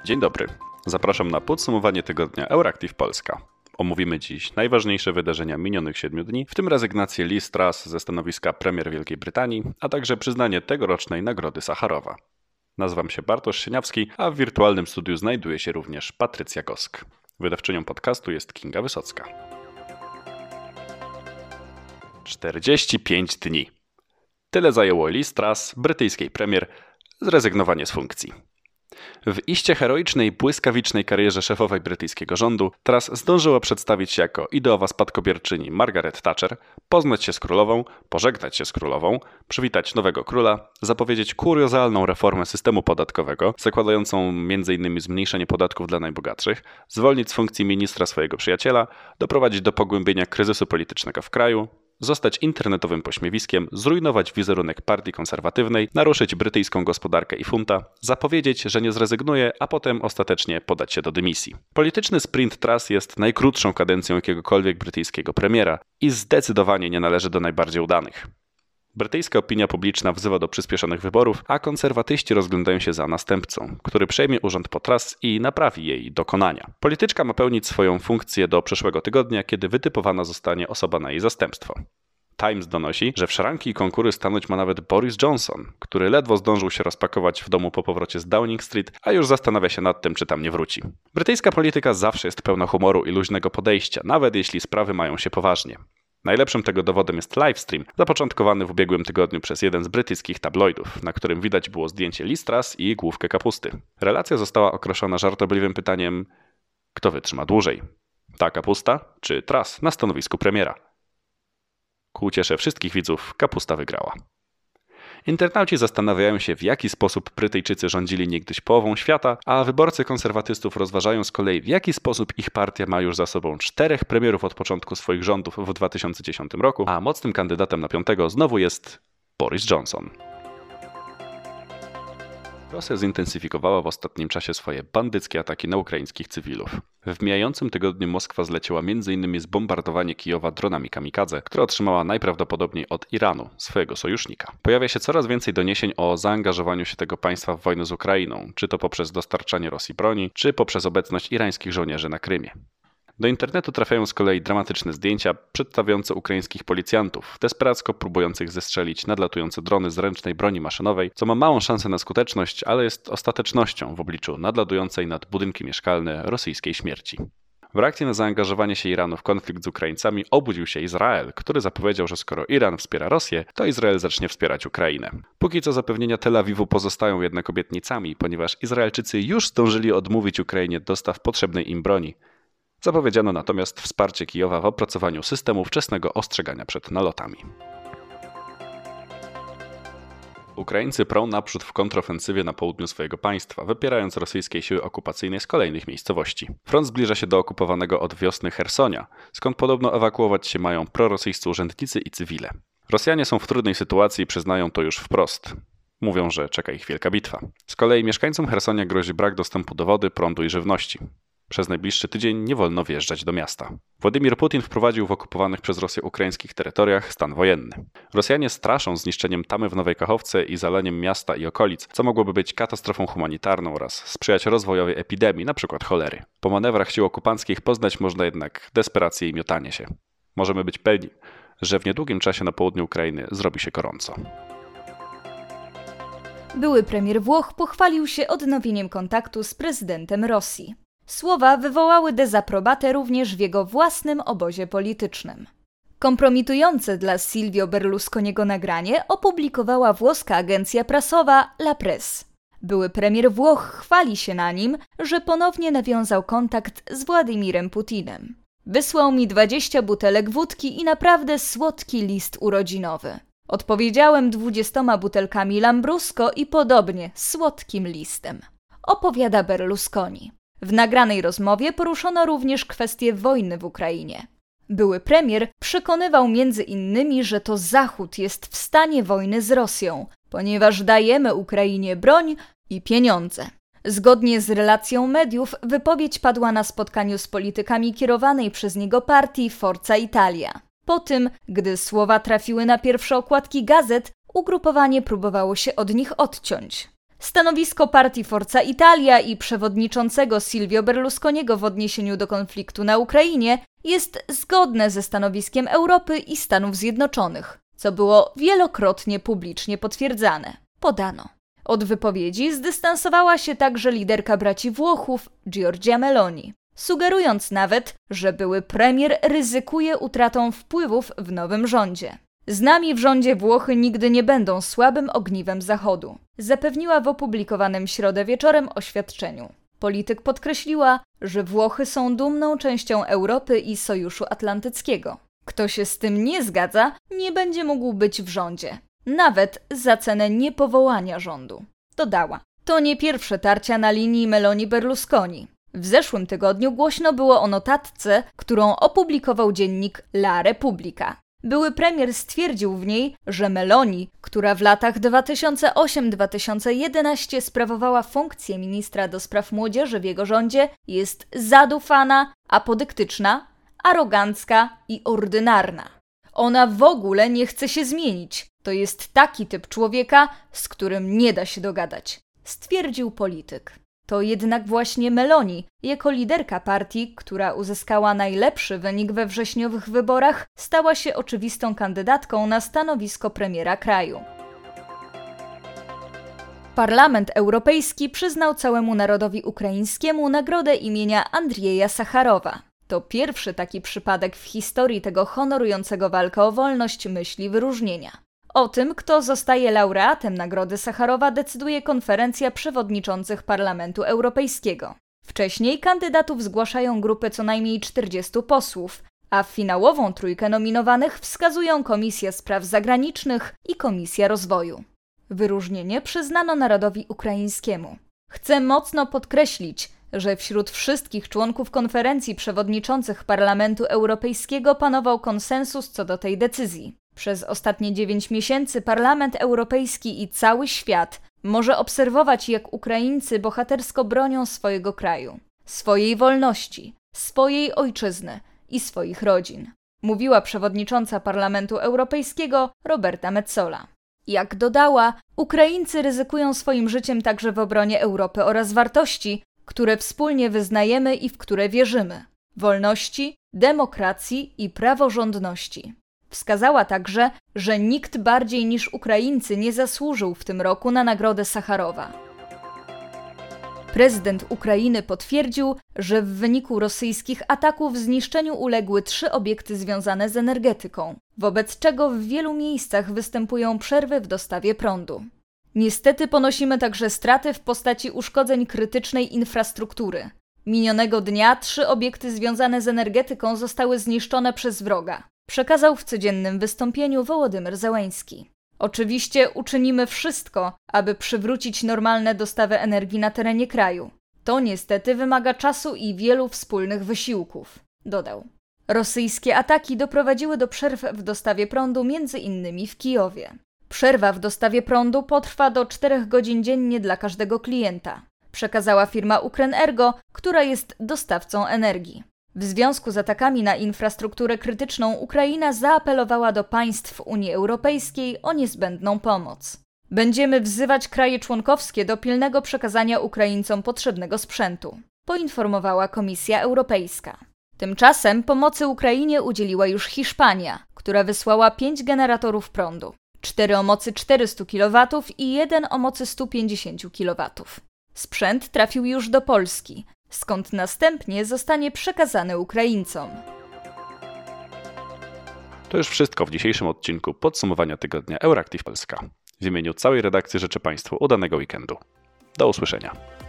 Dzień dobry. Zapraszam na podsumowanie tygodnia Euractiv Polska. Omówimy dziś najważniejsze wydarzenia minionych 7 dni, w tym rezygnację Liz Truss ze stanowiska premier Wielkiej Brytanii, a także przyznanie tegorocznej Nagrody Sacharowa. Nazywam się Bartosz Sieniawski, a w wirtualnym studiu znajduje się również Patrycja Gosk. Wydawczynią podcastu jest Kinga Wysocka. 45 dni. Tyle zajęło Liz Truss, brytyjskiej premier, zrezygnowanie z funkcji. W iście heroicznej, błyskawicznej karierze szefowej brytyjskiego rządu Truss zdążyła przedstawić się jako ideowa spadkobierczyni Margaret Thatcher, poznać się z królową, pożegnać się z królową, przywitać nowego króla, zapowiedzieć kuriozalną reformę systemu podatkowego, zakładającą m.in. zmniejszenie podatków dla najbogatszych, zwolnić z funkcji ministra swojego przyjaciela, doprowadzić do pogłębienia kryzysu politycznego w kraju, zostać internetowym pośmiewiskiem, zrujnować wizerunek partii konserwatywnej, naruszyć brytyjską gospodarkę i funta, zapowiedzieć, że nie zrezygnuje, a potem ostatecznie podać się do dymisji. Polityczny sprint Truss jest najkrótszą kadencją jakiegokolwiek brytyjskiego premiera i zdecydowanie nie należy do najbardziej udanych. Brytyjska opinia publiczna wzywa do przyspieszonych wyborów, a konserwatyści rozglądają się za następcą, który przejmie urząd po Truss i naprawi jej dokonania. Polityczka ma pełnić swoją funkcję do przyszłego tygodnia, kiedy wytypowana zostanie osoba na jej zastępstwo. Times donosi, że w szranki i konkury stanąć ma nawet Boris Johnson, który ledwo zdążył się rozpakować w domu po powrocie z Downing Street, a już zastanawia się nad tym, czy tam nie wróci. Brytyjska polityka zawsze jest pełna humoru i luźnego podejścia, nawet jeśli sprawy mają się poważnie. Najlepszym tego dowodem jest livestream, zapoczątkowany w ubiegłym tygodniu przez jeden z brytyjskich tabloidów, na którym widać było zdjęcie Liz Truss i główkę kapusty. Relacja została okroszona żartobliwym pytaniem: kto wytrzyma dłużej? Ta kapusta czy Truss na stanowisku premiera? Ku uciesze wszystkich widzów kapusta wygrała. Internauci zastanawiają się, w jaki sposób Brytyjczycy rządzili niegdyś połową świata, a wyborcy konserwatystów rozważają z kolei, w jaki sposób ich partia ma już za sobą 4 premierów od początku swoich rządów w 2010 roku, a mocnym kandydatem na 5 znowu jest Boris Johnson. Rosja zintensyfikowała w ostatnim czasie swoje bandyckie ataki na ukraińskich cywilów. W mijającym tygodniu Moskwa zleciła m.in. zbombardowanie Kijowa dronami kamikadze, które otrzymała najprawdopodobniej od Iranu, swojego sojusznika. Pojawia się coraz więcej doniesień o zaangażowaniu się tego państwa w wojnę z Ukrainą, czy to poprzez dostarczanie Rosji broni, czy poprzez obecność irańskich żołnierzy na Krymie. Do internetu trafiają z kolei dramatyczne zdjęcia przedstawiające ukraińskich policjantów, desperacko próbujących zestrzelić nadlatujące drony z ręcznej broni maszynowej, co ma małą szansę na skuteczność, ale jest ostatecznością w obliczu nadlatującej nad budynki mieszkalne rosyjskiej śmierci. W reakcji na zaangażowanie się Iranu w konflikt z Ukraińcami obudził się Izrael, który zapowiedział, że skoro Iran wspiera Rosję, to Izrael zacznie wspierać Ukrainę. Póki co zapewnienia Tel Awiwu pozostają jednak obietnicami, ponieważ Izraelczycy już zdążyli odmówić Ukrainie dostaw potrzebnej im broni. Zapowiedziano natomiast wsparcie Kijowa w opracowaniu systemu wczesnego ostrzegania przed nalotami. Ukraińcy prą naprzód w kontrofensywie na południu swojego państwa, wypierając rosyjskie siły okupacyjne z kolejnych miejscowości. Front zbliża się do okupowanego od wiosny Chersonia, skąd podobno ewakuować się mają prorosyjscy urzędnicy i cywile. Rosjanie są w trudnej sytuacji i przyznają to już wprost. Mówią, że czeka ich wielka bitwa. Z kolei mieszkańcom Chersonia grozi brak dostępu do wody, prądu i żywności. Przez najbliższy tydzień nie wolno wjeżdżać do miasta. Władimir Putin wprowadził w okupowanych przez Rosję ukraińskich terytoriach stan wojenny. Rosjanie straszą zniszczeniem tamy w Nowej Kachowce i zaleniem miasta i okolic, co mogłoby być katastrofą humanitarną oraz sprzyjać rozwojowi epidemii, np. cholery. Po manewrach sił okupanckich poznać można jednak desperację i miotanie się. Możemy być pewni, że w niedługim czasie na południu Ukrainy zrobi się gorąco. Były premier Włoch pochwalił się odnowieniem kontaktu z prezydentem Rosji. Słowa wywołały dezaprobatę również w jego własnym obozie politycznym. Kompromitujące dla Silvio Berlusconiego nagranie opublikowała włoska agencja prasowa La Presse. Były premier Włoch chwali się na nim, że ponownie nawiązał kontakt z Władimirem Putinem. Wysłał mi 20 butelek wódki i naprawdę słodki list urodzinowy. Odpowiedziałem 20 butelkami Lambrusco i podobnie słodkim listem. Opowiada Berlusconi. W nagranej rozmowie poruszono również kwestię wojny w Ukrainie. Były premier przekonywał między innymi, że to Zachód jest w stanie wojny z Rosją, ponieważ dajemy Ukrainie broń i pieniądze. Zgodnie z relacją mediów, wypowiedź padła na spotkaniu z politykami kierowanej przez niego partii Forza Italia. Po tym, gdy słowa trafiły na pierwsze okładki gazet, ugrupowanie próbowało się od nich odciąć. Stanowisko partii Forza Italia i przewodniczącego Silvio Berlusconiego w odniesieniu do konfliktu na Ukrainie jest zgodne ze stanowiskiem Europy i Stanów Zjednoczonych, co było wielokrotnie publicznie potwierdzane. Podano. Od wypowiedzi zdystansowała się także liderka braci Włochów, Giorgia Meloni, sugerując nawet, że były premier ryzykuje utratą wpływów w nowym rządzie. Z nami w rządzie Włochy nigdy nie będą słabym ogniwem Zachodu, zapewniła w opublikowanym w środę wieczorem oświadczeniu. Polityk podkreśliła, że Włochy są dumną częścią Europy i Sojuszu Atlantyckiego. Kto się z tym nie zgadza, nie będzie mógł być w rządzie, nawet za cenę niepowołania rządu. Dodała, to nie pierwsze tarcia na linii Meloni-Berlusconi. W zeszłym tygodniu głośno było o notatce, którą opublikował dziennik La Repubblica. Były premier stwierdził w niej, że Meloni, która w latach 2008-2011 sprawowała funkcję ministra do spraw młodzieży w jego rządzie, jest zadufana, apodyktyczna, arogancka i ordynarna. Ona w ogóle nie chce się zmienić. To jest taki typ człowieka, z którym nie da się dogadać, stwierdził polityk. To jednak właśnie Meloni, jako liderka partii, która uzyskała najlepszy wynik we wrześniowych wyborach, stała się oczywistą kandydatką na stanowisko premiera kraju. Parlament Europejski przyznał całemu narodowi ukraińskiemu nagrodę imienia Andrieja Sacharowa. To pierwszy taki przypadek w historii tego honorującego walkę o wolność myśli wyróżnienia. O tym, kto zostaje laureatem Nagrody Sacharowa, decyduje konferencja przewodniczących Parlamentu Europejskiego. Wcześniej kandydatów zgłaszają grupy co najmniej 40 posłów, a w finałową trójkę nominowanych wskazują Komisja Spraw Zagranicznych i Komisja Rozwoju. Wyróżnienie przyznano narodowi ukraińskiemu. Chcę mocno podkreślić, że wśród wszystkich członków konferencji przewodniczących Parlamentu Europejskiego panował konsensus co do tej decyzji. Przez ostatnie 9 miesięcy Parlament Europejski i cały świat może obserwować, jak Ukraińcy bohatersko bronią swojego kraju, swojej wolności, swojej ojczyzny i swoich rodzin, mówiła przewodnicząca Parlamentu Europejskiego Roberta Metsola. Jak dodała, Ukraińcy ryzykują swoim życiem także w obronie Europy oraz wartości, które wspólnie wyznajemy i w które wierzymy: wolności, demokracji i praworządności. Wskazała także, że nikt bardziej niż Ukraińcy nie zasłużył w tym roku na Nagrodę Sacharowa. Prezydent Ukrainy potwierdził, że w wyniku rosyjskich ataków zniszczeniu uległy 3 obiekty związane z energetyką, wobec czego w wielu miejscach występują przerwy w dostawie prądu. Niestety ponosimy także straty w postaci uszkodzeń krytycznej infrastruktury. Minionego dnia 3 obiekty związane z energetyką zostały zniszczone przez wroga, przekazał w codziennym wystąpieniu Wołodymyr Zełenski. Oczywiście uczynimy wszystko, aby przywrócić normalne dostawy energii na terenie kraju. To niestety wymaga czasu i wielu wspólnych wysiłków, dodał. Rosyjskie ataki doprowadziły do przerw w dostawie prądu m.in. w Kijowie. Przerwa w dostawie prądu potrwa do 4 godzin dziennie dla każdego klienta, przekazała firma Ukrenergo, która jest dostawcą energii. W związku z atakami na infrastrukturę krytyczną Ukraina zaapelowała do państw Unii Europejskiej o niezbędną pomoc. Będziemy wzywać kraje członkowskie do pilnego przekazania Ukraińcom potrzebnego sprzętu, poinformowała Komisja Europejska. Tymczasem pomocy Ukrainie udzieliła już Hiszpania, która wysłała 5 generatorów prądu, 4 o mocy 400 kW i 1 o mocy 150 kW. Sprzęt trafił już do Polski, skąd następnie zostanie przekazany Ukraińcom. To już wszystko w dzisiejszym odcinku podsumowania tygodnia Euractiv Polska. W imieniu całej redakcji życzę Państwu udanego weekendu. Do usłyszenia.